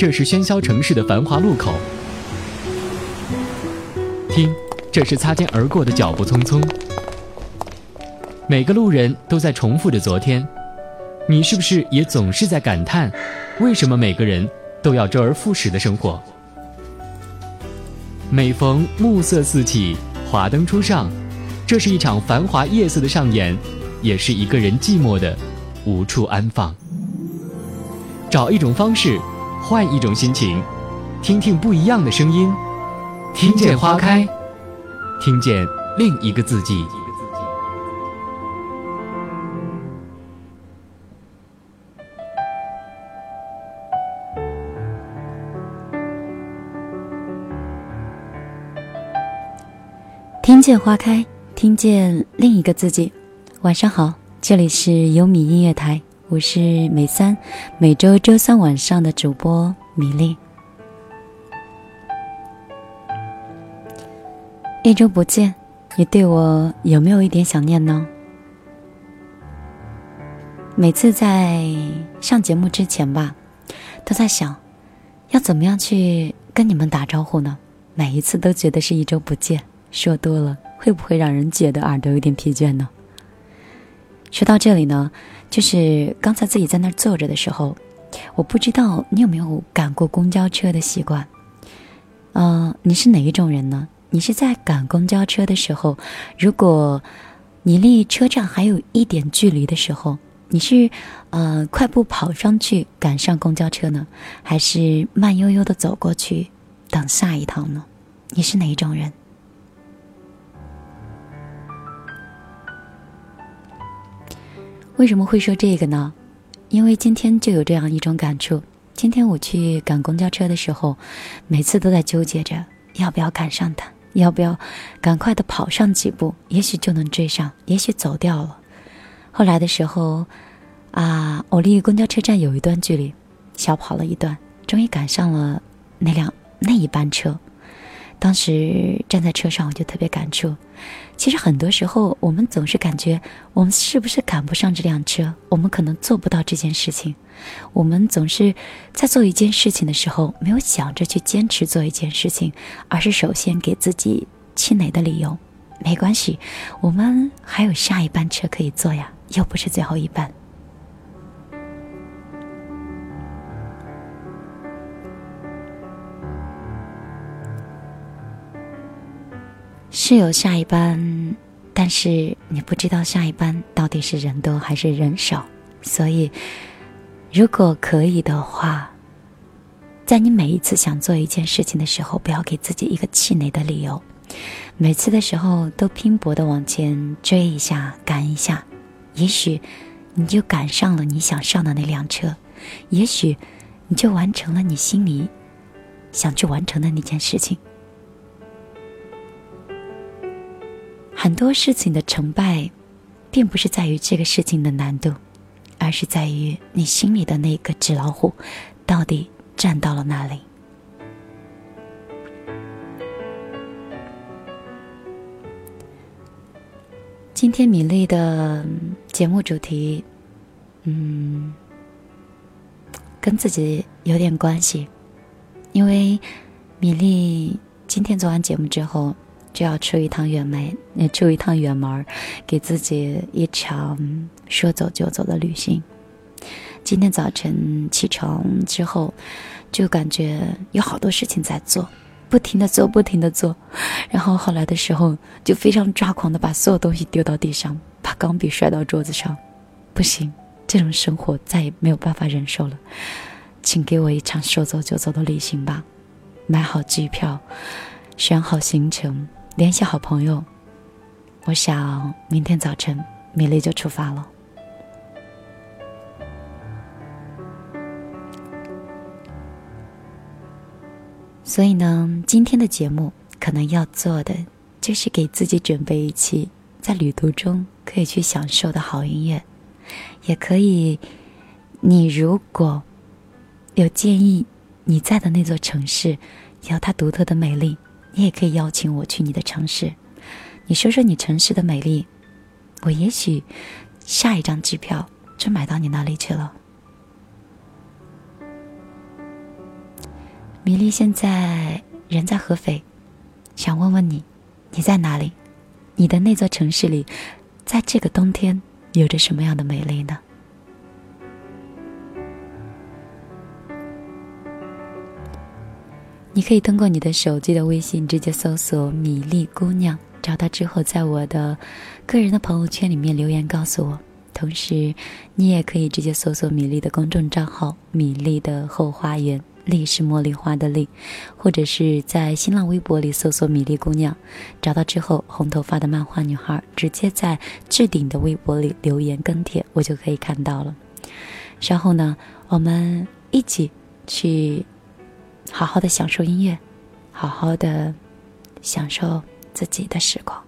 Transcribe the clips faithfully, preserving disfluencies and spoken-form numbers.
这是喧嚣城市的繁华路口。听，这是擦肩而过的脚步匆匆。每个路人都在重复着昨天，你是不是也总是在感叹，为什么每个人都要周而复始的生活？每逢暮色四起，华灯初上，这是一场繁华夜色的上演，也是一个人寂寞的无处安放。找一种方式，换一种心情，听听不一样的声音，听见花开，听见另一个自己。 听见花开，听见另一个自己。晚上好，这里是优米音乐台，我是美三，每周周三晚上的主播米粒。一周不见，你对我有没有一点想念呢？每次在上节目之前吧，都在想要怎么样去跟你们打招呼呢？每一次都觉得是一周不见，说多了会不会让人觉得耳朵有点疲倦呢？说到这里呢，就是刚才自己在那儿坐着的时候，我不知道你有没有赶过公交车的习惯。呃，你是哪一种人呢？你是在赶公交车的时候，如果你离车站还有一点距离的时候，你是呃快步跑上去赶上公交车呢，还是慢悠悠的走过去等下一趟呢？你是哪一种人？为什么会说这个呢？因为今天就有这样一种感触。今天我去赶公交车的时候，每次都在纠结着要不要赶上它，要不要赶快的跑上几步，也许就能追上，也许走掉了。后来的时候啊，我离公交车站有一段距离，小跑了一段，终于赶上了那辆那一班车。当时站在车上，我就特别感触。其实很多时候我们总是感觉我们是不是赶不上这辆车，我们可能做不到这件事情。我们总是在做一件事情的时候，没有想着去坚持做一件事情，而是首先给自己气馁的理由。没关系，我们还有下一班车可以坐呀，又不是最后一班。是有下一班，但是你不知道下一班到底是人多还是人少。所以如果可以的话，在你每一次想做一件事情的时候，不要给自己一个气馁的理由，每次的时候都拼搏的往前追一下，赶一下，也许你就赶上了你想上的那辆车，也许你就完成了你心里想去完成的那件事情。很多事情的成败并不是在于这个事情的难度，而是在于你心里的那个纸老虎到底站到了哪里。今天米粒的节目主题嗯，跟自己有点关系。因为米粒今天做完节目之后就要出一趟远门，出一趟远门，给自己一场说走就走的旅行。今天早晨起床之后，就感觉有好多事情在做，不停的做，不停的做。然后后来的时候，就非常抓狂的把所有东西丢到地上，把钢笔摔到桌子上。不行，这种生活再也没有办法忍受了，请给我一场说走就走的旅行吧。买好机票，选好行程，联系好朋友，我想明天早晨米粒就出发了。所以呢，今天的节目可能要做的就是给自己准备一期在旅途中可以去享受的好音乐，也可以，你如果有建议你在的那座城市有它独特的美丽，你也可以邀请我去你的城市，你说说你城市的美丽，我也许下一张机票就买到你那里去了。 米粒现在人在合肥，想问问你，你在哪里？你的那座城市里，在这个冬天有着什么样的美丽呢？你可以通过你的手机的微信直接搜索米粒姑娘，找到之后在我的个人的朋友圈里面留言告诉我。同时你也可以直接搜索米粒的公众账号米粒的后花园，粒是茉莉花的粒，或者是在新浪微博里搜索米粒姑娘，找到之后红头发的漫画女孩直接在置顶的微博里留言跟帖，我就可以看到了。稍后呢，我们一起去好好的享受音乐，好好的享受自己的时光。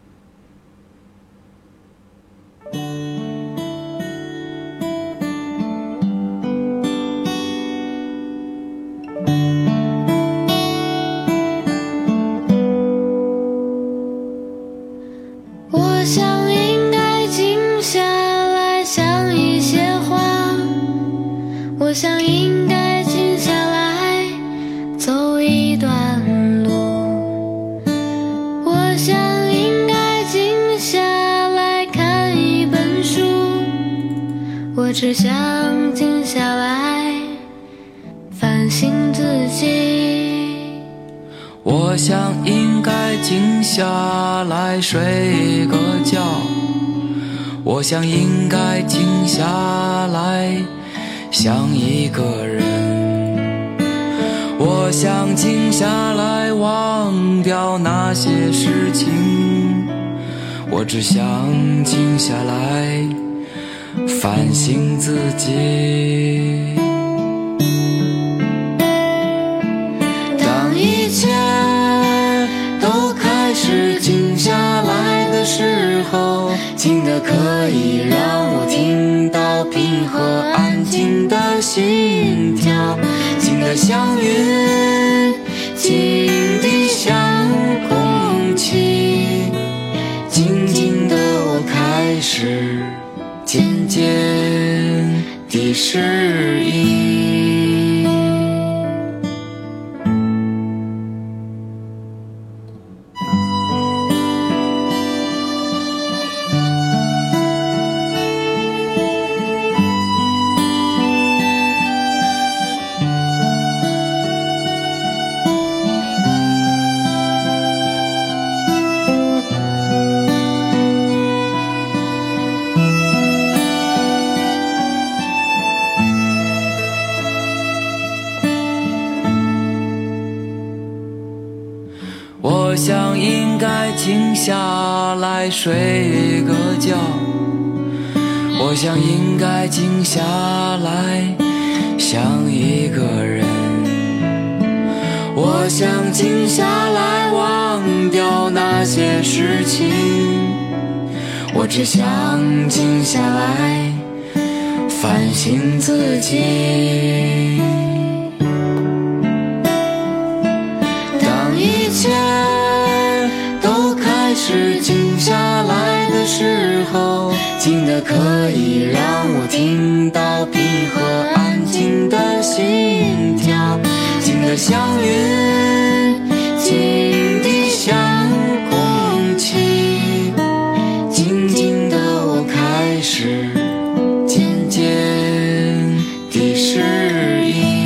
我想应该静下来想一些话，我想应该静下来走一段路，我想应该静下来看一本书，我只想静下来反省自己， 我想应该静下来睡个觉，我想应该静下来想一个人，我想静下来忘掉那些事情，我只想静下来反省自己。当一切都开始静下来的时候，静得可以让我听到平和安静的心跳，静得像云，静地像空气，静静的我开始渐渐地适应。我想应该静下来睡个觉，我想应该静下来想一个人，我想静下来忘掉那些事情，我只想静下来反省自己。当一切都开始静下来的时候，静得可以让我听到平和安静的心跳，静得像云，静地像空气，静静的我开始渐渐地适应。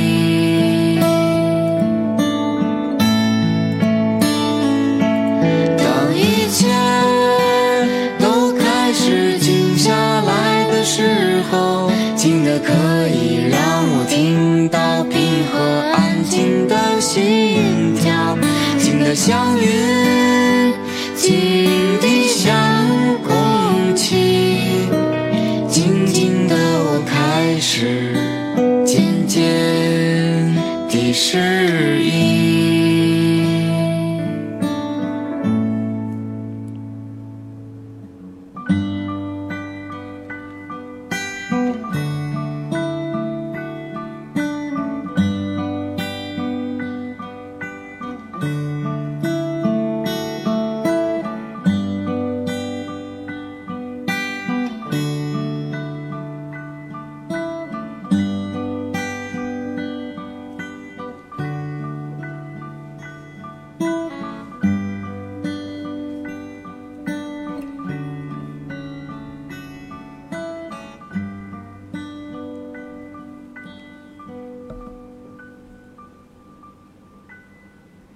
当一切都开始静下来的时候，静得可以让我听到平和安静的心跳，静得像云，静地像空气，静静的我开始渐渐地适应。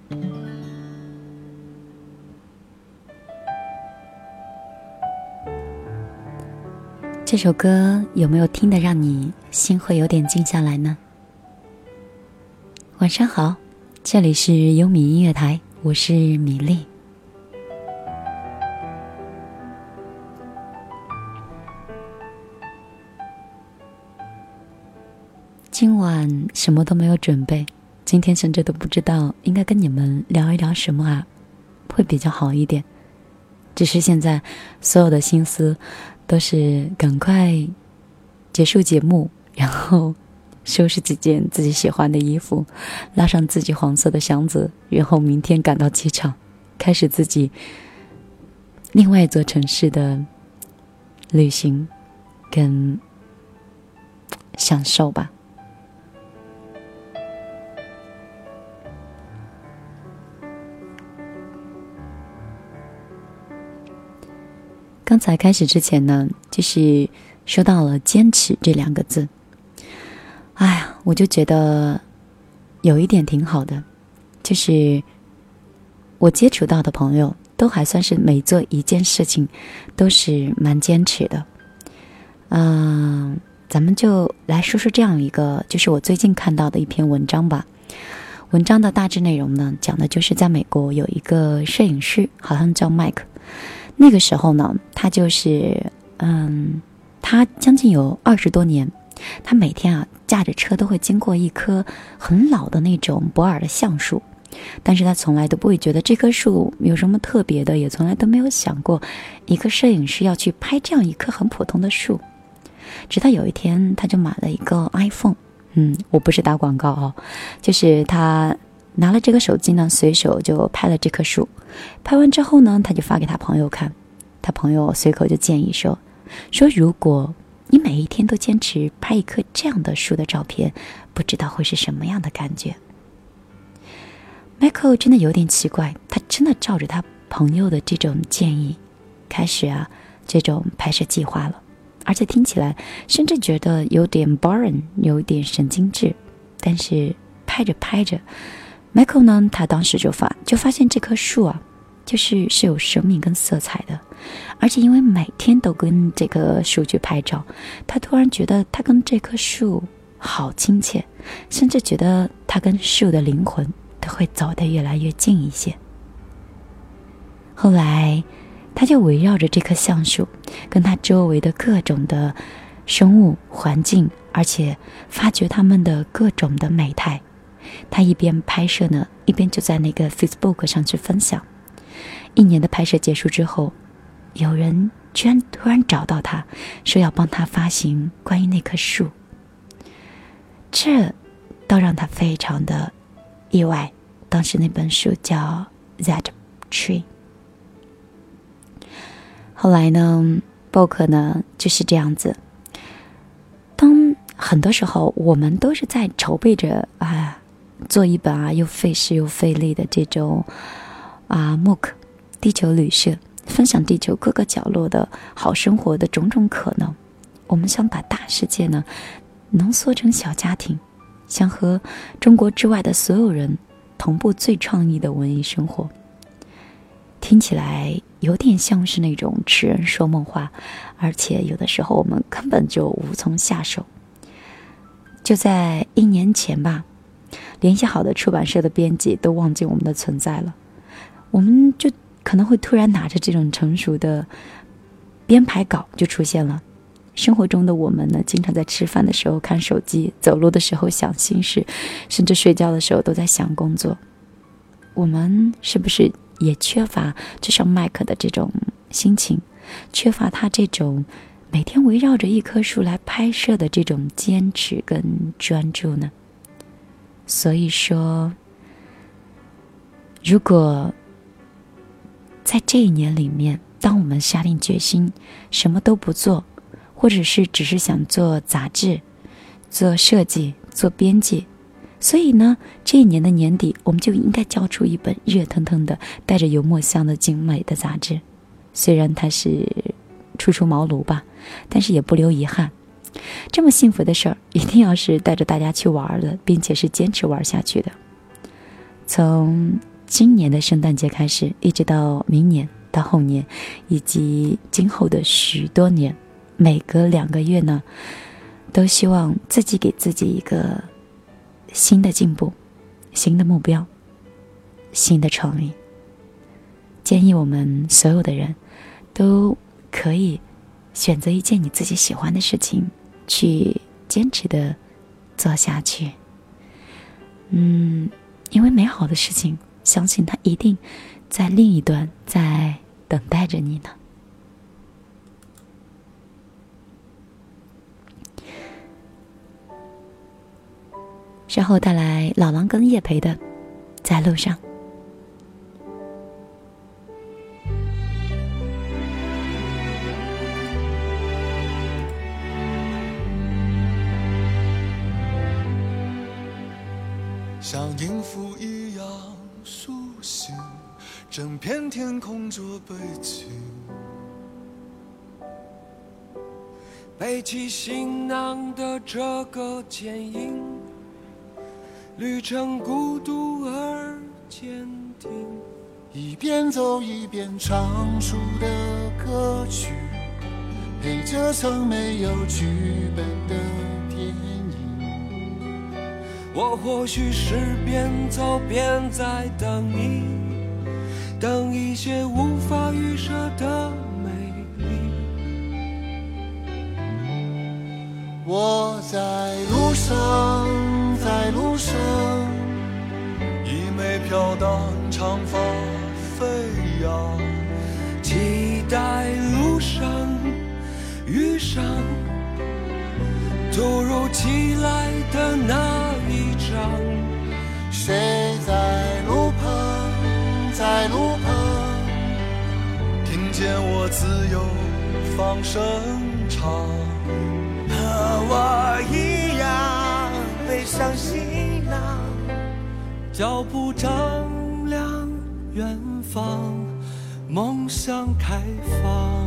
这首歌有没有听得让你心会有点静下来呢？晚上好，这里是优米音乐台，我是米粒。今晚什么都没有准备，今天甚至都不知道应该跟你们聊一聊什么啊，会比较好一点。只是现在所有的心思都是赶快结束节目，然后收拾几件自己喜欢的衣服，拉上自己黄色的箱子，然后明天赶到机场，开始自己另外一座城市的旅行跟享受吧。刚才开始之前呢，就是说到了坚持这两个字。哎呀，我就觉得有一点挺好的，就是我接触到的朋友都还算是每做一件事情都是蛮坚持的。嗯、呃，咱们就来说说这样一个，就是我最近看到的一篇文章吧。文章的大致内容呢，讲的就是在美国有一个摄影师，好像叫麦克。那个时候呢，他就是嗯，他将近有二十多年，他每天啊驾着车都会经过一棵很老的那种博尔的橡树，但是他从来都不会觉得这棵树有什么特别的，也从来都没有想过一个摄影师要去拍这样一棵很普通的树。直到有一天，他就买了一个 iPhone， 嗯，我不是打广告哦，就是他拿了这个手机呢，随手就拍了这棵树。拍完之后呢，他就发给他朋友看，他朋友随口就建议说说如果你每一天都坚持拍一棵这样的树的照片，不知道会是什么样的感觉。Michael 真的有点奇怪，他真的照着他朋友的这种建议开始啊这种拍摄计划了，而且听起来甚至觉得有点 boring， 有点神经质。但是拍着拍着，Michael 呢，他当时就发就发现这棵树啊，就是是有生命跟色彩的，而且因为每天都跟这棵树去拍照，他突然觉得他跟这棵树好亲切，甚至觉得他跟树的灵魂都会走得越来越近一些。后来，他就围绕着这棵橡树，跟他周围的各种的生物环境，而且发掘他们的各种的美态。他一边拍摄呢，一边就在那个 Facebook 上去分享。一年的拍摄结束之后，有人居然突然找到他，说要帮他发行关于那棵树。这倒让他非常的意外。当时那本书叫 That Tree。 后来呢 book 呢就是这样子，当很多时候我们都是在筹备着啊做一本啊又费时又费力的这种啊 M O O C 地球旅社，分享地球各个角落的好生活的种种可能。我们想把大世界呢浓缩成小家庭，想和中国之外的所有人同步最创意的文艺生活。听起来有点像是那种痴人说梦话，而且有的时候我们根本就无从下手。就在一年前吧，联系好的出版社的编辑都忘记我们的存在了，我们就可能会突然拿着这种成熟的编排稿就出现了。生活中的我们呢，经常在吃饭的时候看手机，走路的时候想心事，甚至睡觉的时候都在想工作。我们是不是也缺乏就像麦克的这种心情，缺乏他这种每天围绕着一棵树来拍摄的这种坚持跟专注呢？所以说，如果在这一年里面，当我们下定决心什么都不做，或者是只是想做杂志、做设计、做编辑，所以呢，这一年的年底，我们就应该交出一本热腾腾的、带着油墨香的精美的杂志。虽然它是初出茅庐吧，但是也不留遗憾。这么幸福的事儿，一定要是带着大家去玩的，并且是坚持玩下去的。从今年的圣诞节开始，一直到明年到后年以及今后的许多年，每隔两个月呢，都希望自己给自己一个新的进步，新的目标，新的创意。建议我们所有的人都可以选择一件你自己喜欢的事情，去坚持的做下去。嗯，因为美好的事情，相信它一定在另一端在等待着你呢。稍后带来老狼跟叶培的《在路上》。 像音符一样苏醒，整片天空做背景， 背起行囊的这个剪影，旅程孤独而坚定， 一边走一边唱出的歌曲，陪着曾没有剧本的电影。 我或许是边走边在等你，等一些无法预设的美丽。 我在路上，在路上，一枚飘荡长发飞扬， 期待路上遇上突如其来的那一场。 谁在路旁，在路旁，听见我自由放声唱， 和我一样背上行囊，脚步丈量远方，梦想开放。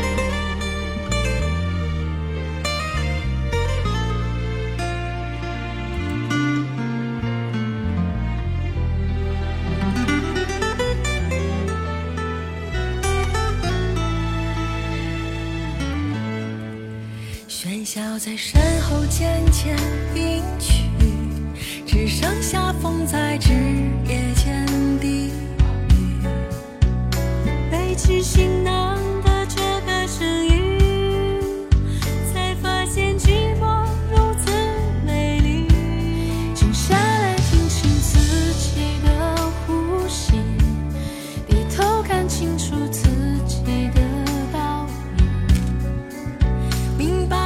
喧嚣在身后渐渐隐去，只剩下风在枝叶间低语，背起行囊的这个声音，才发现寂寞如此美丽。静下来听清自己的呼吸，低头看清楚自己的道理，明白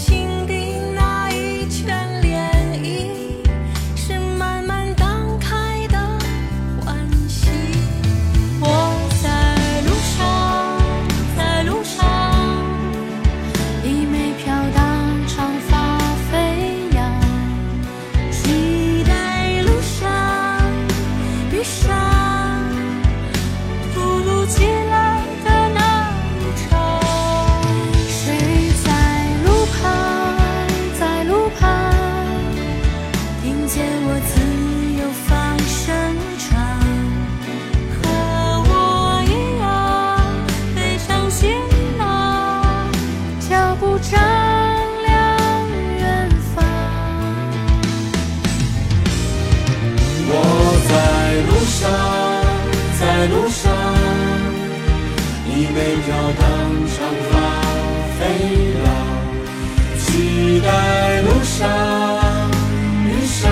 在路上，一枚飘荡长发飞扬，期待路上遇上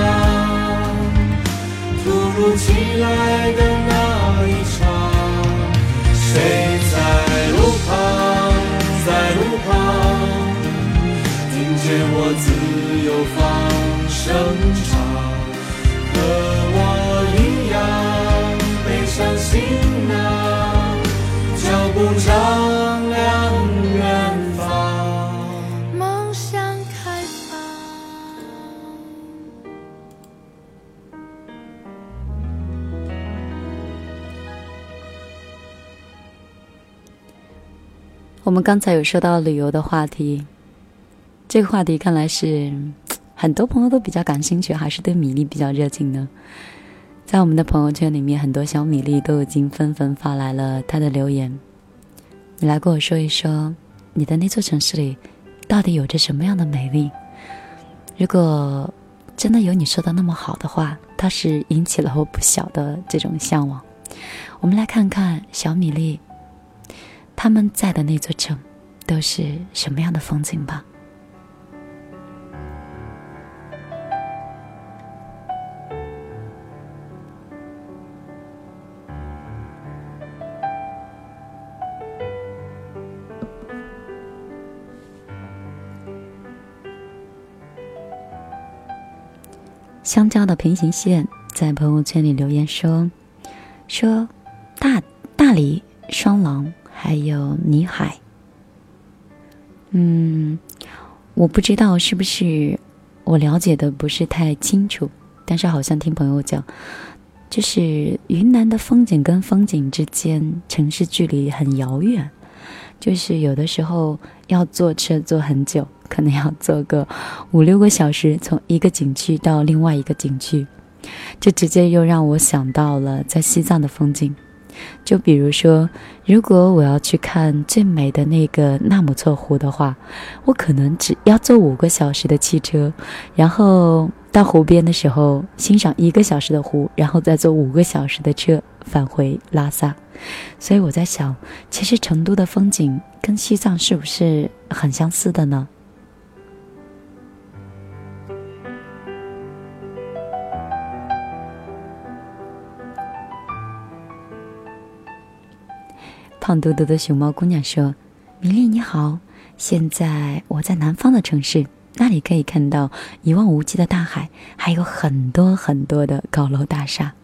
突如其来的那一场。谁在路旁，在路旁，听见我自由放声唱，和我一样背上行囊，脚步丈量远方， 梦想开放。 我们刚才有说到旅游的话题，这个话题看来是很多朋友都比较感兴趣，还是对米粒比较热情呢？ 在我们的朋友圈里面，很多小米粒都已经纷纷发来了他的留言。你来跟我说一说，你的那座城市里到底有着什么样的美丽？如果真的有你说的那么好的话，倒是引起了我不小的这种向往。我们来看看小米粒他们在的那座城都是什么样的风景吧。香蕉的平行线在朋友圈里留言说说大大理、双廊还有泥海。嗯，我不知道是不是我了解的不是太清楚，但是好像听朋友讲，就是云南的风景跟风景之间城市距离很遥远，就是有的时候要坐车坐很久，可能要坐个五六个小时，从一个景区到另外一个景区。这直接又让我想到了在西藏的风景。就比如说，如果我要去看最美的那个纳木错湖的话，我可能只要坐五个小时的汽车，然后到湖边的时候欣赏一个小时的湖，然后再坐五个小时的车返回拉萨。所以我在想，其实成都的风景跟西藏是不是很相似的呢？胖嘟嘟的熊猫姑娘说，米粒你好，现在我在南方的城市，那里可以看到一望无际的大海，还有很多很多的高楼大厦。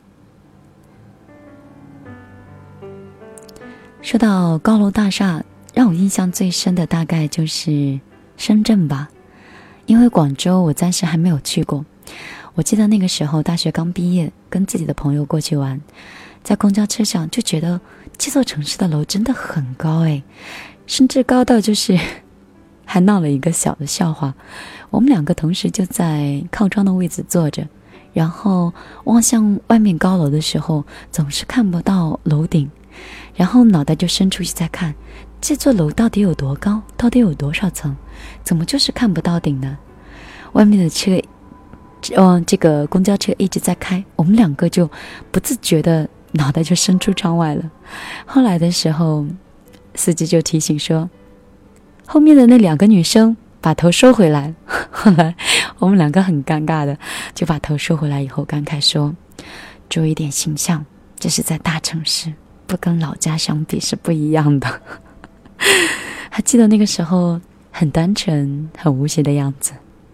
说到高楼大厦，让我印象最深的大概就是深圳吧，因为广州我暂时还没有去过。我记得那个时候大学刚毕业，跟自己的朋友过去玩，在公交车上就觉得这座城市的楼真的很高诶，甚至高到就是还闹了一个小的笑话。我们两个同时就在靠窗的位置坐着，然后望向外面高楼的时候总是看不到楼顶，然后脑袋就伸出去再看这座楼到底有多高，到底有多少层，怎么就是看不到顶呢？外面的车嗯，这个公交车一直在开，我们两个就不自觉的脑袋就伸出窗外了。后来的时候司机就提醒说，后面的那两个女生把头收回来。后来我们两个很尴尬的就把头收回来，以后感慨说，注意点形象，这是在大城市，不跟老家相比是不一样的。还记得那个时候很单纯很无邪的样子。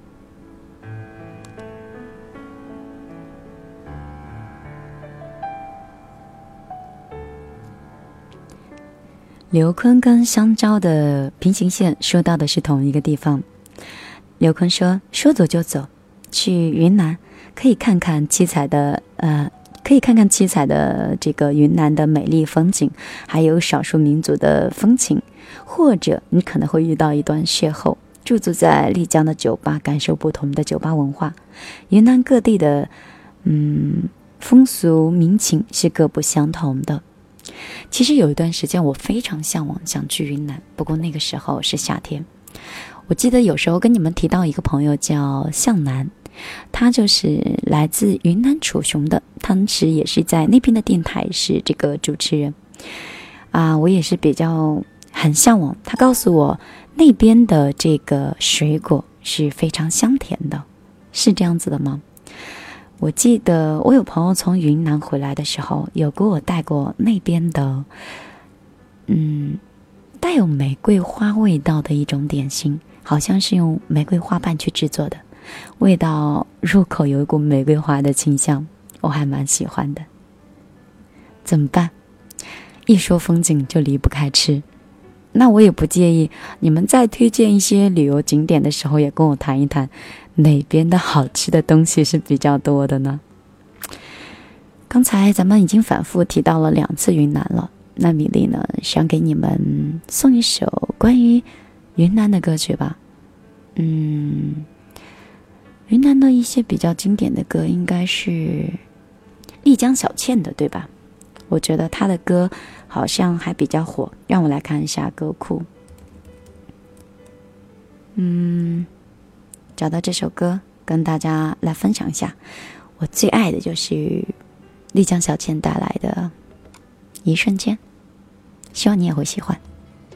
刘坤跟香蕉的平行线说到的是同一个地方。刘坤说，说走就走，去云南可以看看七彩的呃，可以看看七彩的这个云南的美丽风景，还有少数民族的风情，或者你可能会遇到一段邂逅，驻足在丽江的酒吧，感受不同的酒吧文化。云南各地的嗯风俗民情是各不相同的。其实有一段时间我非常向往想去云南，不过那个时候是夏天。我记得有时候跟你们提到一个朋友叫向南，他就是来自云南楚雄的，当时也是在那边的电台是这个主持人啊，我也是比较很向往。他告诉我那边的这个水果是非常香甜的，是这样子的吗？我记得我有朋友从云南回来的时候，有给我带过那边的嗯，带有玫瑰花味道的一种点心，好像是用玫瑰花瓣去制作的，味道入口有一股玫瑰花的清香，我还蛮喜欢的。怎么办？一说风景就离不开吃，那我也不介意你们在推荐一些旅游景点的时候也跟我谈一谈哪边的好吃的东西是比较多的呢？刚才咱们已经反复提到了两次云南了，那米粒呢想给你们送一首关于云南的歌曲吧。嗯，云南的一些比较经典的歌应该是丽江小倩的，对吧？我觉得她的歌好像还比较火，让我来看一下歌库。嗯，找到这首歌跟大家来分享一下。我最爱的就是丽江小倩带来的一瞬间，希望你也会喜欢。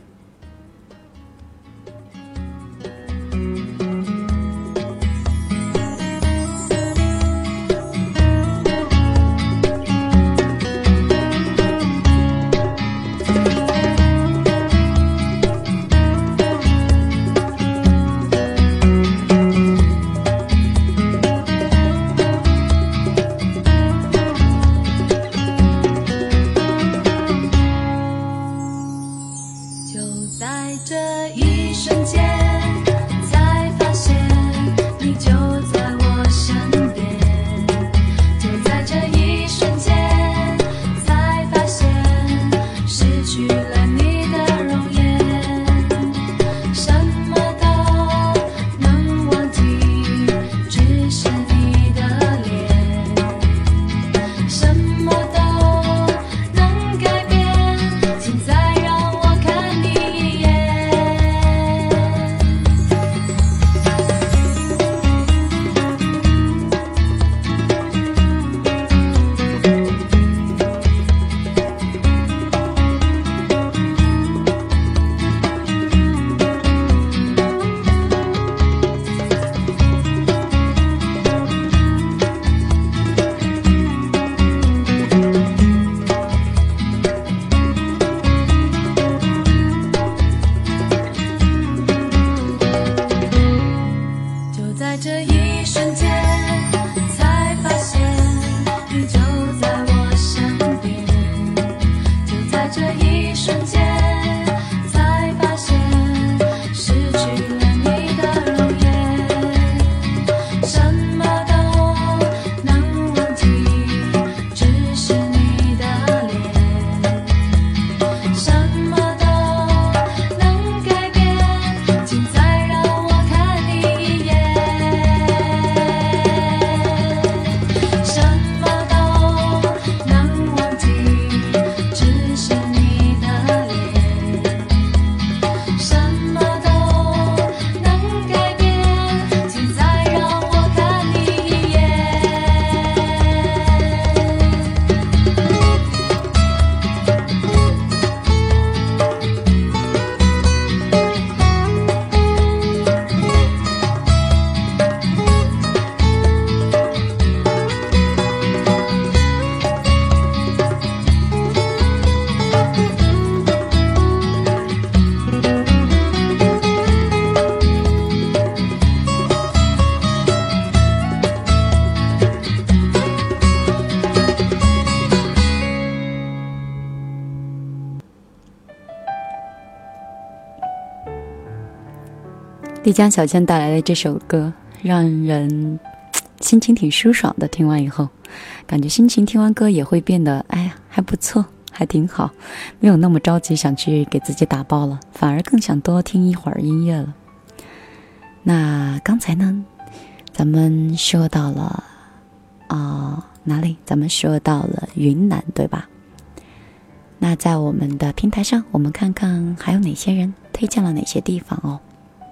丽江小倩带来的这首歌让人心情挺舒爽的，听完以后感觉心情听完歌也会变得哎呀还不错，还挺好，没有那么着急想去给自己打包了，反而更想多听一会儿音乐了。那刚才呢咱们说到了啊、呃、哪里？咱们说到了云南，对吧？那在我们的平台上，我们看看还有哪些人推荐了哪些地方哦。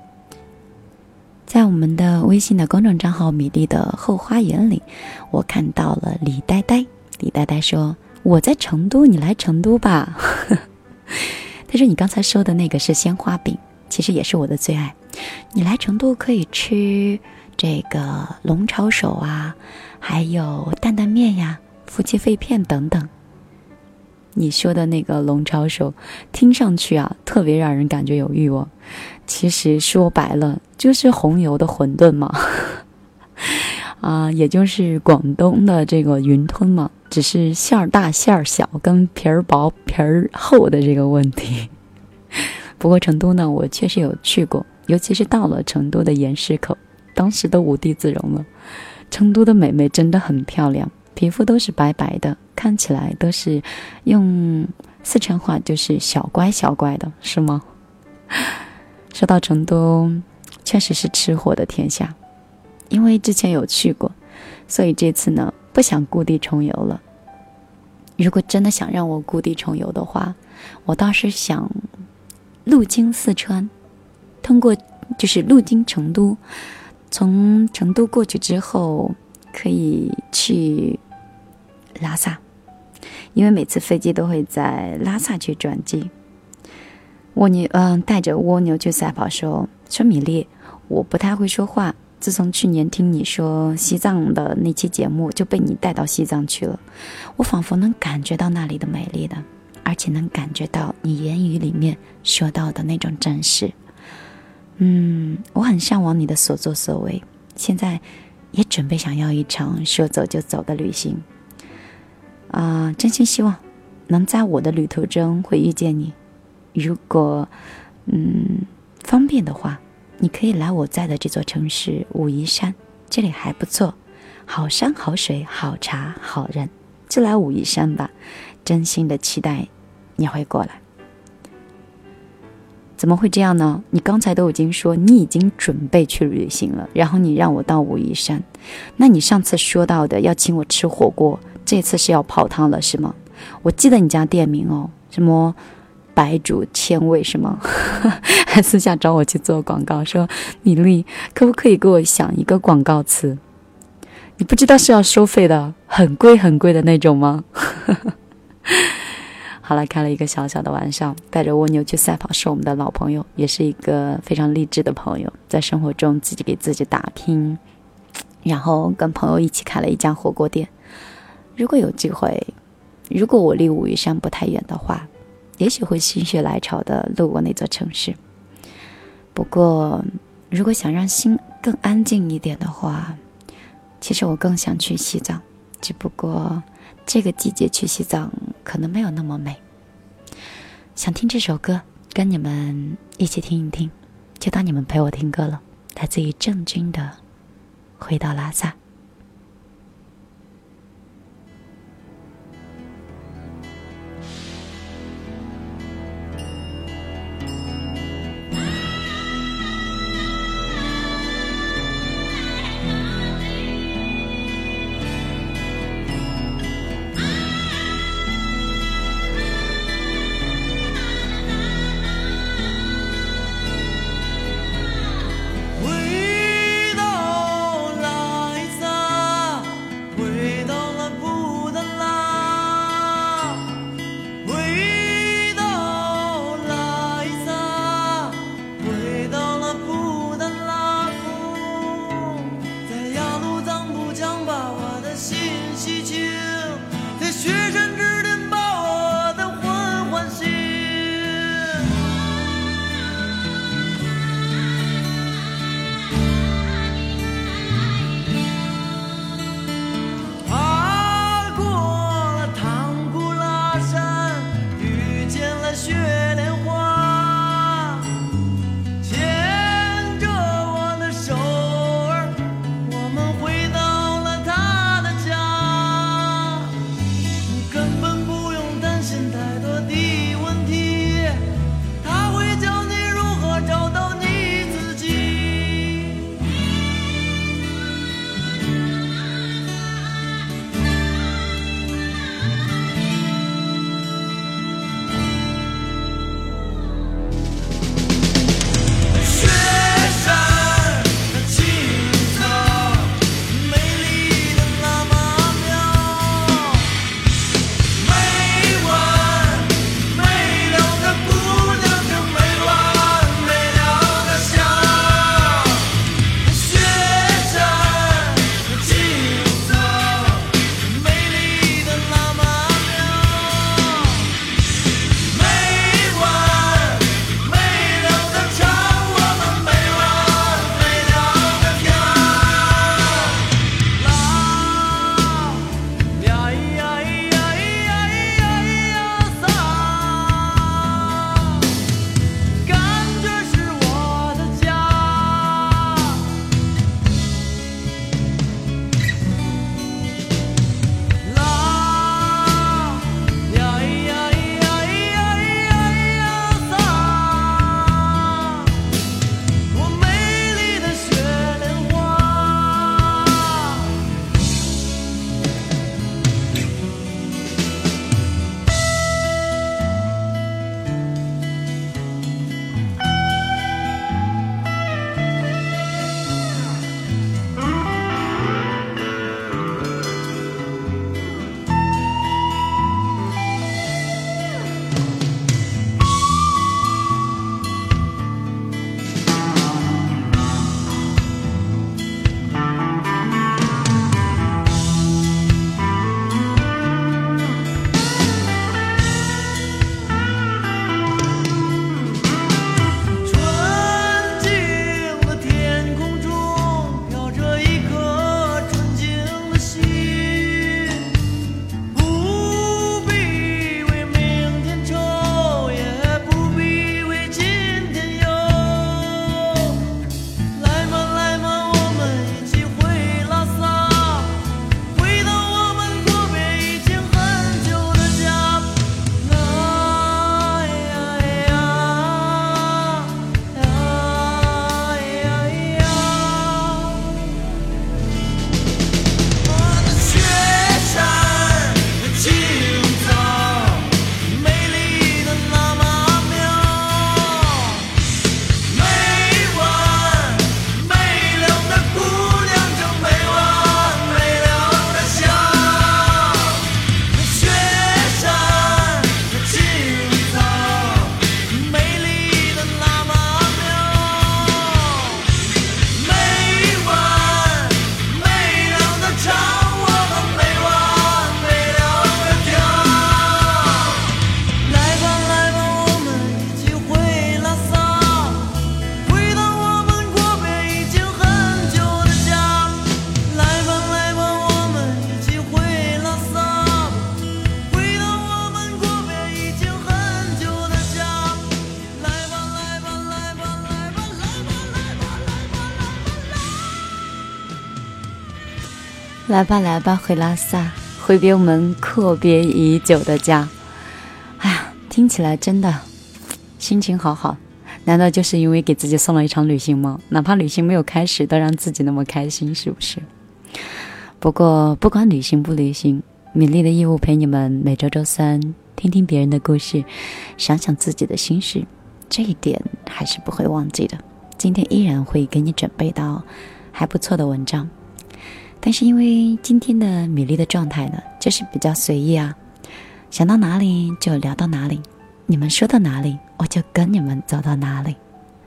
在我们的微信的公众账号米粒的后花园里，我看到了李呆呆。李呆呆说我在成都，你来成都吧。他说你刚才说的那个是鲜花饼，其实也是我的最爱。你来成都可以吃这个龙抄手啊，还有担担面呀、夫妻肺片等等。你说的那个龙抄手听上去啊特别让人感觉有欲望，其实说白了就是红油的馄饨嘛。啊，也就是广东的这个云吞嘛，只是馅儿大馅儿小跟皮儿薄皮儿厚的这个问题。不过成都呢我确实有去过，尤其是到了成都的盐市口，当时都无地自容了。成都的美眉真的很漂亮，皮肤都是白白的，看起来都是用四川话就是小乖小乖的，是吗？说到成都，确实是吃货的天下，因为之前有去过，所以这次呢不想故地重游了。如果真的想让我故地重游的话，我倒是想路经四川，通过就是路经成都，从成都过去之后可以去拉萨，因为每次飞机都会在拉萨去转机。蜗牛嗯，带着蜗牛去赛跑说说米粒，我不太会说话，自从去年听你说西藏的那期节目，就被你带到西藏去了。我仿佛能感觉到那里的美丽的，而且能感觉到你言语里面说到的那种真实。嗯，我很向往你的所作所为，现在也准备想要一场说走就走的旅行。啊、呃，真心希望能在我的旅途中会遇见你。如果嗯方便的话，你可以来我在的这座城市武夷山，这里还不错，好山好水好茶好人，就来武夷山吧，真心的期待你会过来。怎么会这样呢？你刚才都已经说你已经准备去旅行了，然后你让我到武夷山，那你上次说到的要请我吃火锅，这次是要泡汤了是吗？我记得你家店名哦，什么白煮千味是吗？还私下找我去做广告，说米粒可不可以给我想一个广告词？你不知道是要收费的，很贵很贵的那种吗？好了，开了一个小小的玩笑。带着蜗牛去赛跑是我们的老朋友，也是一个非常励志的朋友，在生活中自己给自己打拼，然后跟朋友一起开了一家火锅店。如果有机会，如果我离武夷山不太远的话，也许会心血来潮的路过那座城市。不过如果想让心更安静一点的话，其实我更想去西藏，只不过这个季节去西藏可能没有那么美。想听这首歌，跟你们一起听一听，就当你们陪我听歌了。来自于郑钧的《回到拉萨》。 回到拉萨。 来吧来吧，回拉萨，回别我们阔别已久的家。哎呀，听起来真的心情好好。难道就是因为给自己送了一场旅行吗？哪怕旅行没有开始，都让自己那么开心，是不是？不过不管旅行不旅行，米粒的义务陪你们每周周三听听别人的故事，想想自己的心事，这一点还是不会忘记的。今天依然会给你准备到还不错的文章，但是因为今天的米粒的状态呢，就是比较随意啊，想到哪里就聊到哪里，你们说到哪里我就跟你们走到哪里。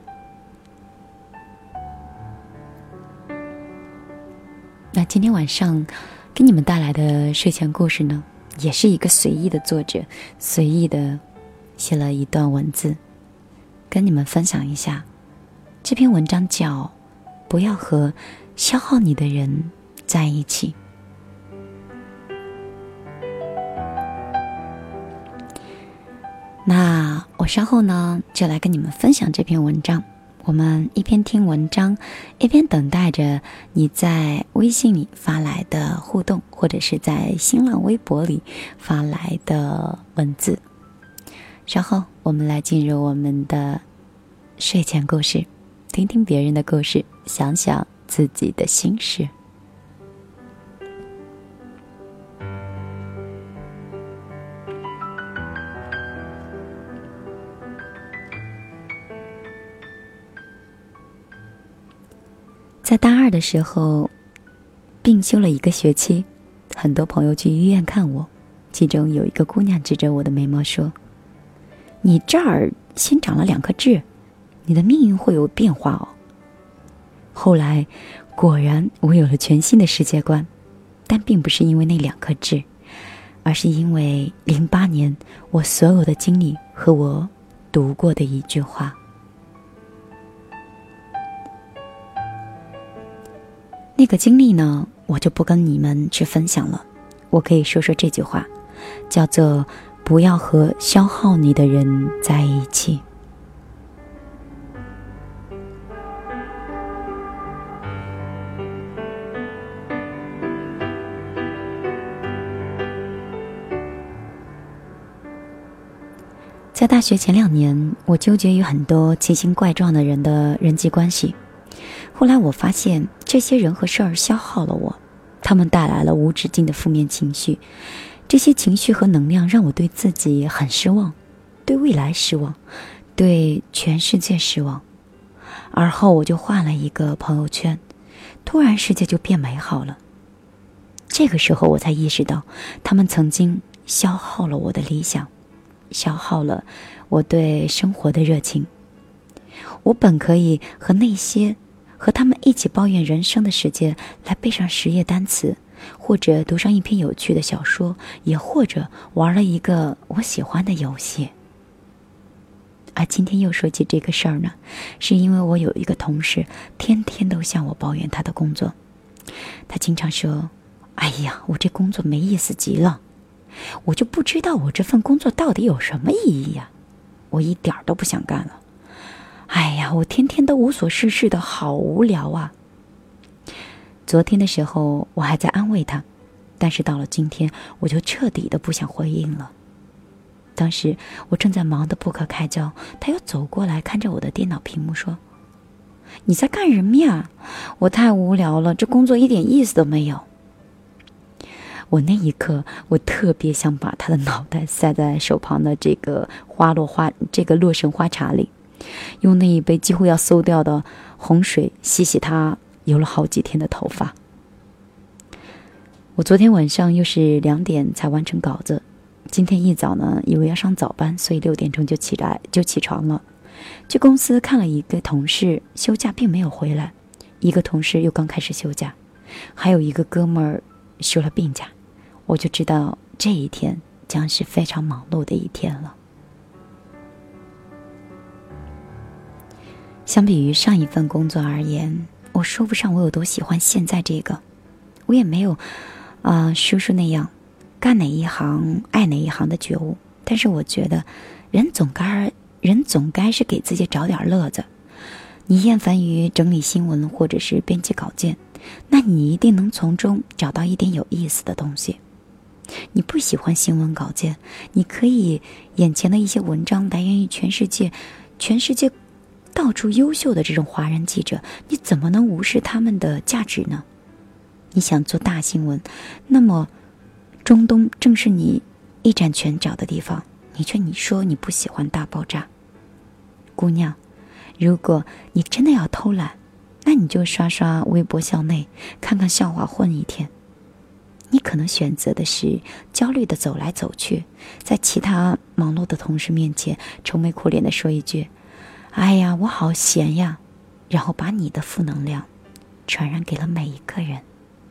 那今天晚上给你们带来的睡前故事呢，也是一个随意的作者随意的写了一段文字，跟你们分享一下。这篇文章叫不要和消耗你的人在一起。那我稍后呢就来跟你们分享这篇文章，我们一边听文章，一边等待着你在微信里发来的互动，或者是在新浪微博里发来的文字。稍后我们来进入我们的睡前故事，听听别人的故事，想想自己的心事。在大二的时候病休了一个学期，很多朋友去医院看我，其中有一个姑娘指着我的眉毛说，你这儿新长了两颗痣，你的命运会有变化哦。后来果然我有了全新的世界观，但并不是因为那两颗痣，而是因为零八年我所有的经历和我读过的一句话。那个经历呢，我就不跟你们去分享了，我可以说说这句话，叫做不要和消耗你的人在一起。在大学前两年，我纠结于很多奇形怪状的人的人际关系。后来我发现，这些人和事儿消耗了我，他们带来了无止境的负面情绪。这些情绪和能量让我对自己很失望，对未来失望，对全世界失望。而后我就换了一个朋友圈，突然世界就变美好了。这个时候我才意识到，他们曾经消耗了我的理想，消耗了我对生活的热情。我本可以和那些和他们一起抱怨人生的时间来背上十页单词，或者读上一篇有趣的小说，也或者玩了一个我喜欢的游戏。而今天又说起这个事儿呢，是因为我有一个同事天天都向我抱怨他的工作。他经常说，哎呀，我这工作没意思极了，我就不知道我这份工作到底有什么意义呀，我一点都不想干了。哎呀，我天天都无所事事的，好无聊啊。昨天的时候我还在安慰他，但是到了今天我就彻底的不想回应了。当时我正在忙得不可开交，他又走过来看着我的电脑屏幕说，你在干什么呀？我太无聊了，这工作一点意思都没有。我那一刻我特别想把他的脑袋塞在手旁的这个花落花这个洛神花茶里，用那一杯几乎要馊掉的洪水洗洗他油了好几天的头发。我昨天晚上又是两点才完成稿子，今天一早呢，以为要上早班，所以六点钟就起来就起床了。去公司看了一个同事休假并没有回来，一个同事又刚开始休假，还有一个哥们儿休了病假，我就知道这一天将是非常忙碌的一天了。相比于上一份工作而言，我说不上我有多喜欢现在这个，我也没有啊、呃、叔叔那样干哪一行爱哪一行的觉悟。但是我觉得人总该人总该是给自己找点乐子。你厌烦于整理新闻或者是编辑稿件， 那你一定能从中找到一点有意思的东西。你不喜欢新闻稿件，你可以眼前的一些文章来源于全世界，全世界到处优秀的这种华人记者，你怎么能无视他们的价值呢？你想做大新闻，那么中东正是你一展拳脚的地方，你却你说你不喜欢大爆炸。姑娘，如果你真的要偷懒，那你就刷刷微博校内，看看笑话混一天。你可能选择的是焦虑的走来走去，在其他忙碌的同事面前愁眉苦脸的说一句哎呀我好闲呀，然后把你的负能量传染给了每一个人。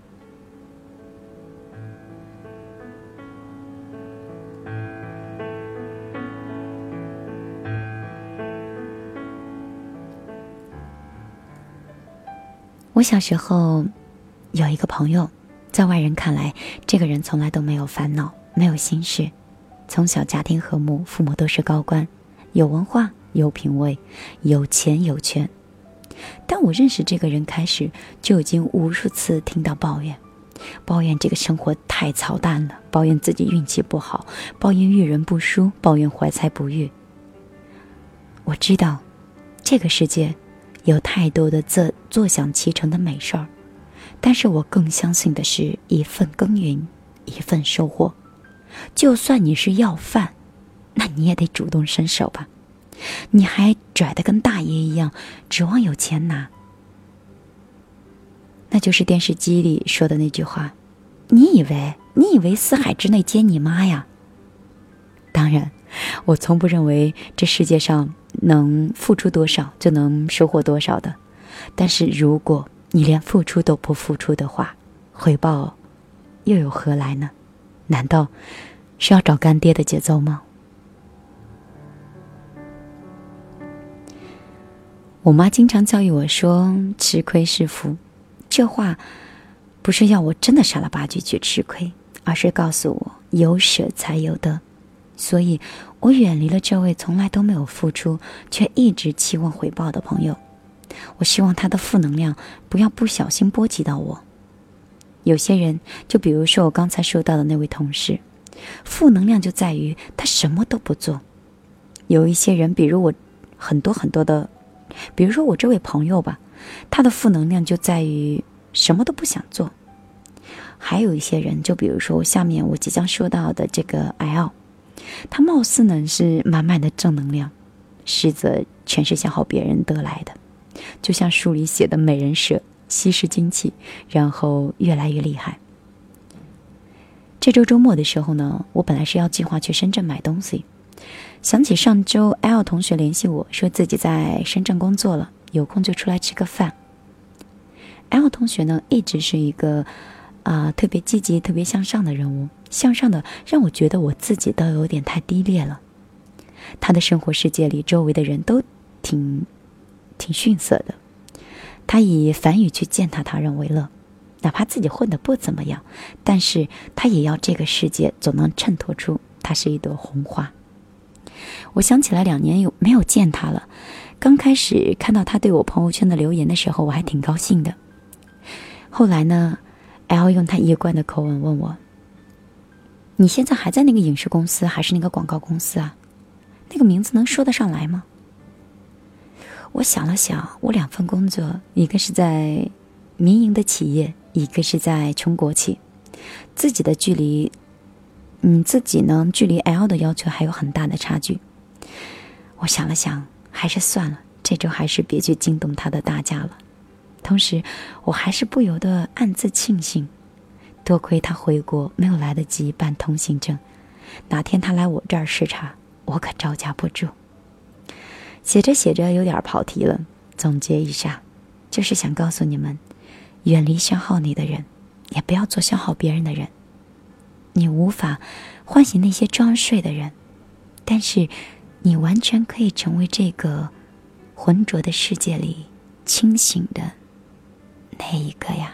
我小时候有一个朋友，在外人看来，这个人从来都没有烦恼，没有心事，从小家庭和睦，父母都是高官，有文化，有品位，有钱有权。但我认识这个人开始，就已经无数次听到抱怨，抱怨这个生活太操蛋了，抱怨自己运气不好，抱怨遇人不淑，抱怨怀才不遇。我知道这个世界有太多的坐坐享其成的美事儿，但是我更相信的是一份耕耘一份收获。就算你是要饭，那你也得主动伸手吧，你还拽得跟大爷一样指望有钱拿。那就是电视机里说的那句话，你以为你以为四海之内皆你妈呀。当然我从不认为这世界上能付出多少就能收获多少的，但是如果你连付出都不付出的话，回报又有何来呢？难道是要找干爹的节奏吗？我妈经常教育我说吃亏是福，这话不是要我真的傻了吧唧去吃亏，而是告诉我有舍才有得。所以我远离了这位从来都没有付出却一直期望回报的朋友。我希望他的负能量不要不小心波及到我。有些人，就比如说我刚才说到的那位同事，负能量就在于他什么都不做。有一些人，比如我很多很多的比如说我这位朋友吧，他的负能量就在于什么都不想做。还有一些人，就比如说我下面我即将说到的这个 L， 他貌似呢是满满的正能量，实则全是消耗别人得来的，就像书里写的美人蛇，吸食精气，然后越来越厉害。这周周末的时候呢，我本来是要计划去深圳买东西，想起上周 L 同学联系我说自己在深圳工作了，有空就出来吃个饭。L 同学呢一直是一个啊、呃、特别积极特别向上的人物，向上的让我觉得我自己都有点太低劣了。他的生活世界里周围的人都挺挺逊色的，他以梵语去践踏他人为乐，哪怕自己混得不怎么样，但是他也要这个世界总能衬托出他是一朵红花。我想起来两年有没有见他了，刚开始看到他对我朋友圈的留言的时候，我还挺高兴的。后来呢 L 用他一贯的口吻问我，你现在还在那个影视公司还是那个广告公司啊？那个名字能说得上来吗？我想了想，我两份工作，一个是在民营的企业，一个是在穷国企，自己的距离嗯，自己呢距离 L 的要求还有很大的差距。我想了想，还是算了，这周还是别去惊动他的大驾了。同时我还是不由得暗自庆幸，多亏他回国没有来得及办通行证，哪天他来我这儿视察，我可招架不住。写着写着有点跑题了，总结一下，就是想告诉你们，远离消耗你的人，也不要做消耗别人的人。你无法唤醒那些装睡的人，但是你完全可以成为这个浑浊的世界里清醒的那一个呀。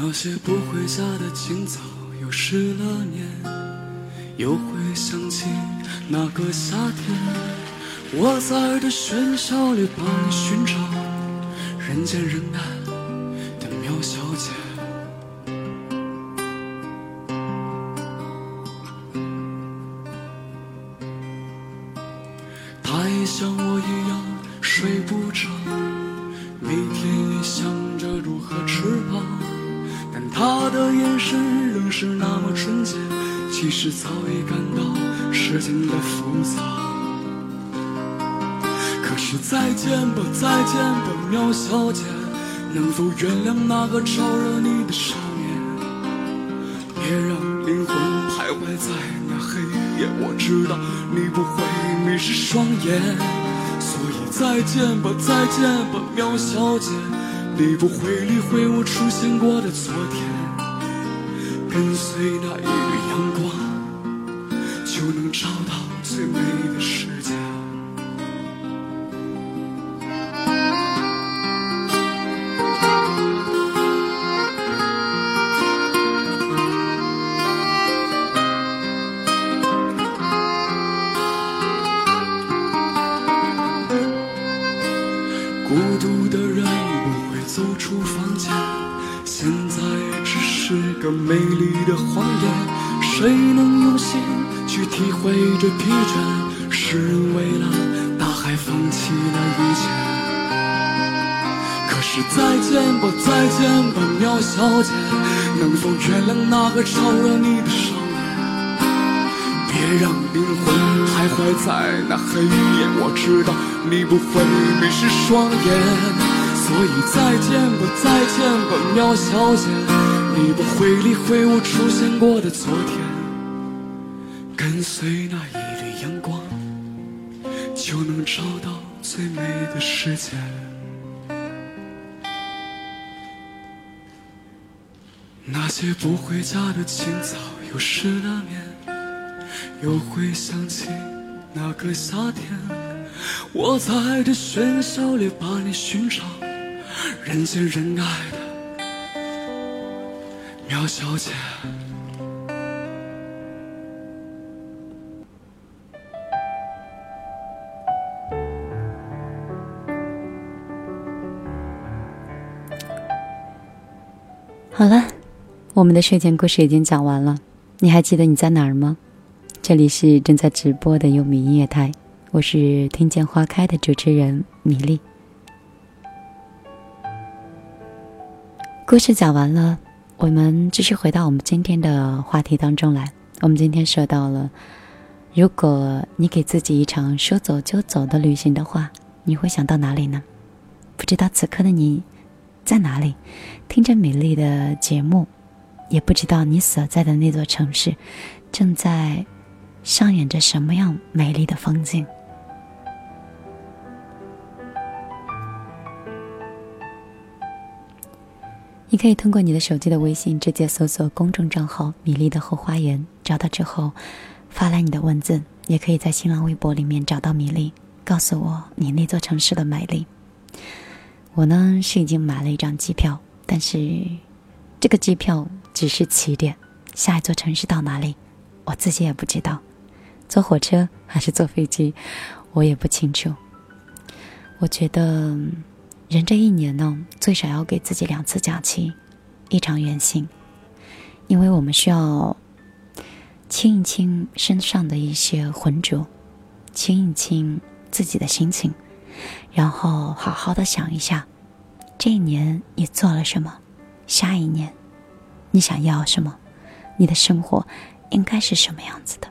那些不回家的今早又十了年，又会想起那个夏天，我在这喧嚣里把你寻找，人见人爱的苗小姐。她也像我一样睡不着，每天也想着如何吃饱，但她的眼神仍是那么纯洁，其实早已感到世间的浮躁。可是再见吧再见吧苗小姐，能否原谅那个招惹你的少年，别让灵魂徘徊在那黑夜，我知道你不会迷失双眼，所以再见吧再见吧苗小姐，你不会理会我出现过的昨天，跟随那一缕阳光就能找到最美的世界。孤独的人不会走出房间，现在只是个美丽的谎言，谁能用心去体会这疲倦，是为了大海放弃了一切。可是再见吧再见吧苗小姐，能否原谅那个招惹你的少年，别让灵魂徘徊在那黑夜，我知道你不会迷失双眼，所以再见吧再见吧苗小姐，你不会理会我出现过的昨天，跟随那一缕阳光就能找到最美的世界。那些不回家的清早又失了眠，又会想起那个夏天，我在这喧嚣里把你寻找，人见人爱的苗小姐。 好了，我们的睡前故事已经讲完了，你还记得你在哪儿吗？这里是正在直播的优米音乐台，我是听见花开的主持人米粒。故事讲完了，我们继续回到我们今天的话题当中来。我们今天说到了，如果你给自己一场说走就走的旅行的话，你会想到哪里呢？不知道此刻的你在哪里，听着米粒的节目，也不知道你所在的那座城市正在上演着什么样美丽的风景。你可以通过你的手机的微信直接搜索公众账号米粒的后花园，找到之后发来你的文字，也可以在新浪微博里面找到米粒，告诉我你那座城市的美丽。我呢是已经买了一张机票，但是这个机票只是起点，下一座城市到哪里我自己也不知道，坐火车还是坐飞机我也不清楚。我觉得人这一年呢，最少要给自己两次假期，一场远行，因为我们需要清一清身上的一些浑浊，清一清自己的心情，然后好好的想一下这一年你做了什么，下一年你想要什么，你的生活应该是什么样子的。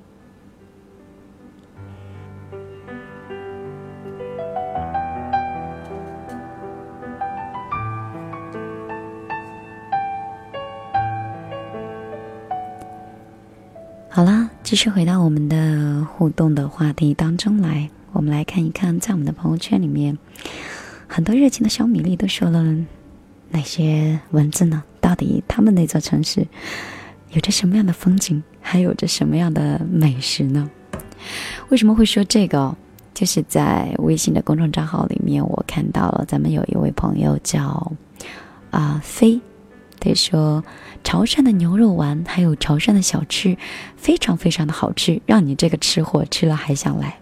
好啦，继续回到我们的互动的话题当中来，我们来看一看在我们的朋友圈里面，很多热情的小米粒都说了哪些文字呢？到底他们那座城市有着什么样的风景，还有着什么样的美食呢？为什么会说这个？就是在微信的公众账号里面，我看到了咱们有一位朋友叫啊、呃、飞他说潮汕的牛肉丸还有潮汕的小吃非常非常的好吃，让你这个吃货吃了还想来。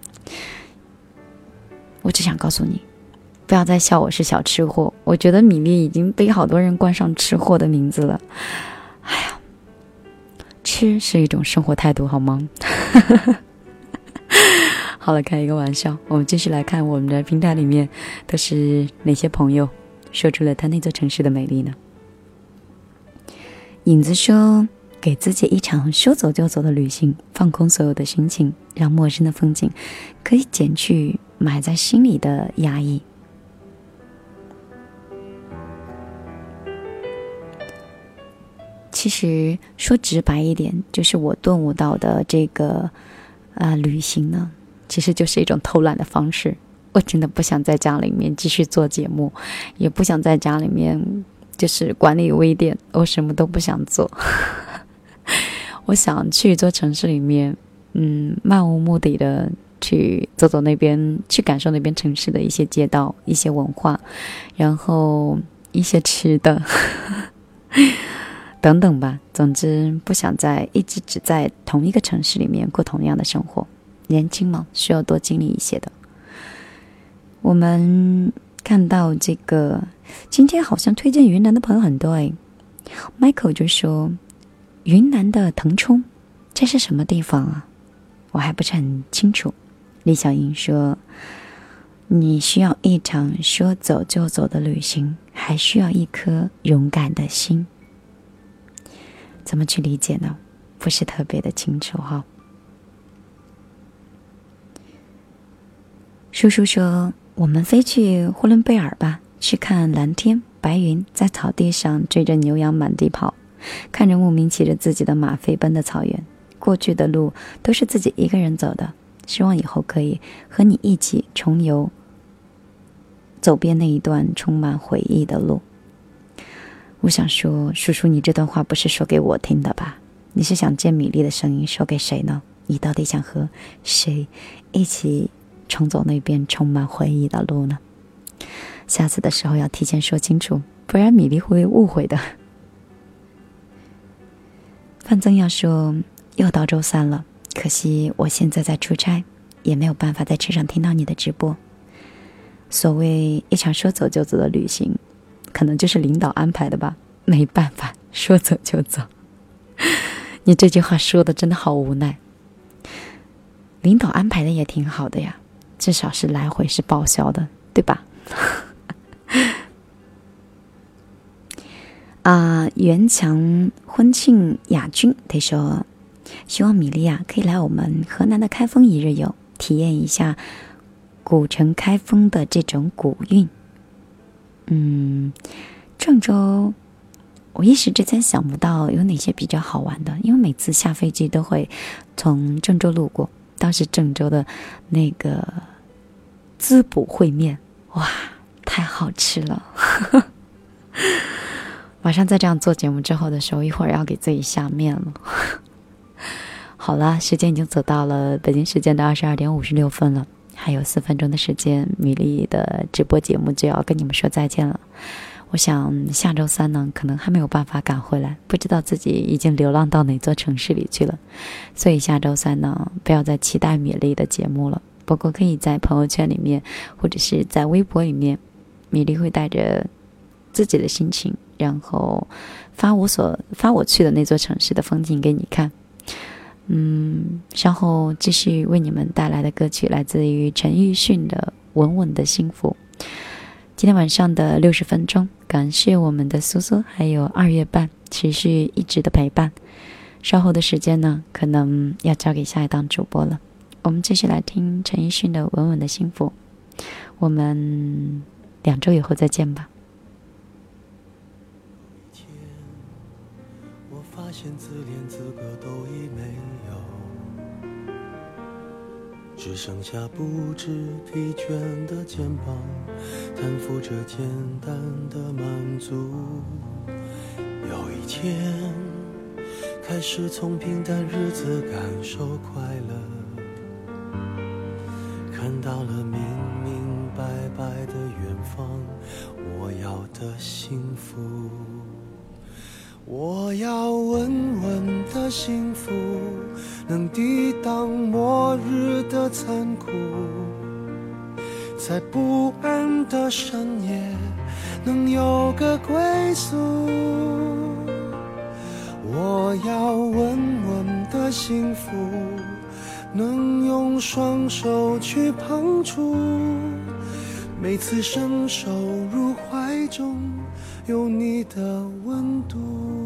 我只想告诉你，不要再笑我是小吃货，我觉得米粒已经被好多人冠上吃货的名字了。哎呀，吃是一种生活态度好吗？好了，开一个玩笑，我们继续来看我们的平台里面都是哪些朋友说出了他那座城市的美丽呢？影子说，给自己一场说走就走的旅行，放空所有的心情，让陌生的风景可以减去埋在心里的压抑。其实说直白一点，就是我顿悟到的这个呃旅行呢，其实就是一种偷懒的方式。我真的不想在家里面继续做节目，也不想在家里面就是管理微店，我什么都不想做。我想去一座城市里面，嗯，漫无目的的去走走那边，去感受那边城市的一些街道、一些文化，然后一些吃的等等吧。总之，不想再一直只在同一个城市里面过同样的生活。年轻嘛，需要多经历一些的。我们看到这个，今天好像推荐云南的朋友很多诶。Michael 就说，云南的腾冲，这是什么地方啊？我还不是很清楚。李小英说，你需要一场说走就走的旅行，还需要一颗勇敢的心。怎么去理解呢？不是特别的清楚哈。叔叔说，我们飞去呼伦贝尔吧，去看蓝天白云，在草地上追着牛羊满地跑，看着牧民骑着自己的马飞奔的草原。过去的路都是自己一个人走的，希望以后可以和你一起重游，走遍那一段充满回忆的路。我想说，叔叔，你这段话不是说给我听的吧？你是想借米粒的声音说给谁呢？你到底想和谁一起重走那边充满回忆的路呢？下次的时候要提前说清楚，不然米粒会误会的。范增要说，又到周三了，可惜我现在在出差，也没有办法在车上听到你的直播。所谓一场说走就走的旅行，可能就是领导安排的吧，没办法，说走就走。你这句话说的真的好无奈。领导安排的也挺好的呀，至少是来回是报销的，对吧？啊、呃，袁强婚庆亚军他说，希望米莉亚可以来我们河南的开封一日游，体验一下古城开封的这种古韵。嗯，郑州我一时之间想不到有哪些比较好玩的，因为每次下飞机都会从郑州路过。当时郑州的那个滋补烩面，哇，太好吃了。马上在这样做节目之后的时候，一会儿要给自己下面了。好了，时间已经走到了北京时间的二十二点五十六分了，还有四分钟的时间，米粒的直播节目就要跟你们说再见了。我想下周三呢，可能还没有办法赶回来，不知道自己已经流浪到哪座城市里去了。所以下周三呢，不要再期待米粒的节目了。不过可以在朋友圈里面，或者是在微博里面，米粒会带着自己的心情，然后发我所发我去的那座城市的风景给你看。嗯，稍后继续为你们带来的歌曲来自于陈奕迅的《稳稳的幸福》。今天晚上的六十分钟，感谢我们的苏苏还有二月半持续一直的陪伴。稍后的时间呢，可能要交给下一档主播了。我们继续来听陈奕迅的《稳稳的幸福》。我们两周以后再见吧。 一天，我发现自怜资格都已没有，只剩下不知疲倦的肩膀，担负着简单的满足。有一天，开始从平淡日子感受快乐，看到了明明白白的远方，我要的幸福。 我要稳稳的幸福，能抵挡末日的残酷，在不安的深夜能有个归宿。我要稳稳的幸福，能用双手去碰触，每次伸手入怀中有你的温度。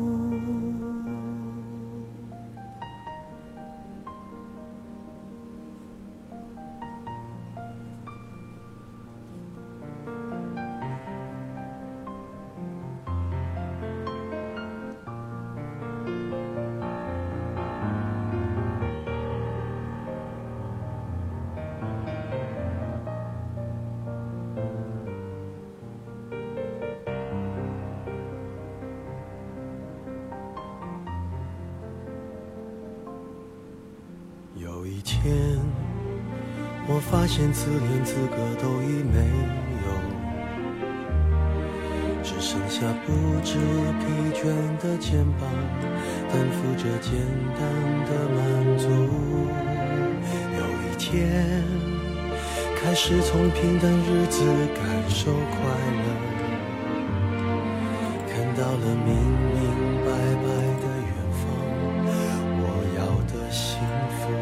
有一天，我发现自怜资格都已没有，只剩下不知疲倦的肩膀，担负着简单的满足。有一天，开始从平淡日子感受快乐，看到了明明白白的远方，我要的幸福。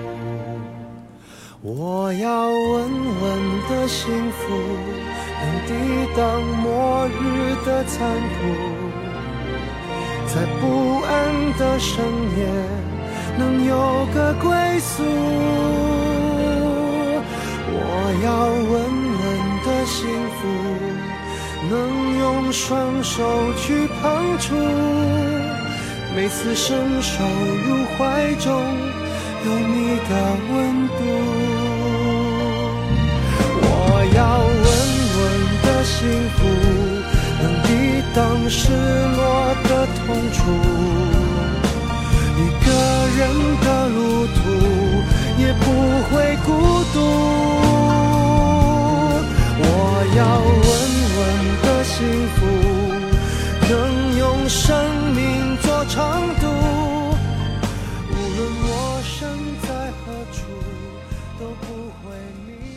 我要稳稳的幸福，能抵挡末日的残酷，在不安的深夜能有个归宿。我要稳稳的幸福，能用双手去碰触，每次伸手入怀中有你的温度。我要稳稳的幸福，能抵挡失落的痛楚，一个人的路途也不会孤独。我要稳稳的幸福，能用生命做长度，无论我身在何处都不会迷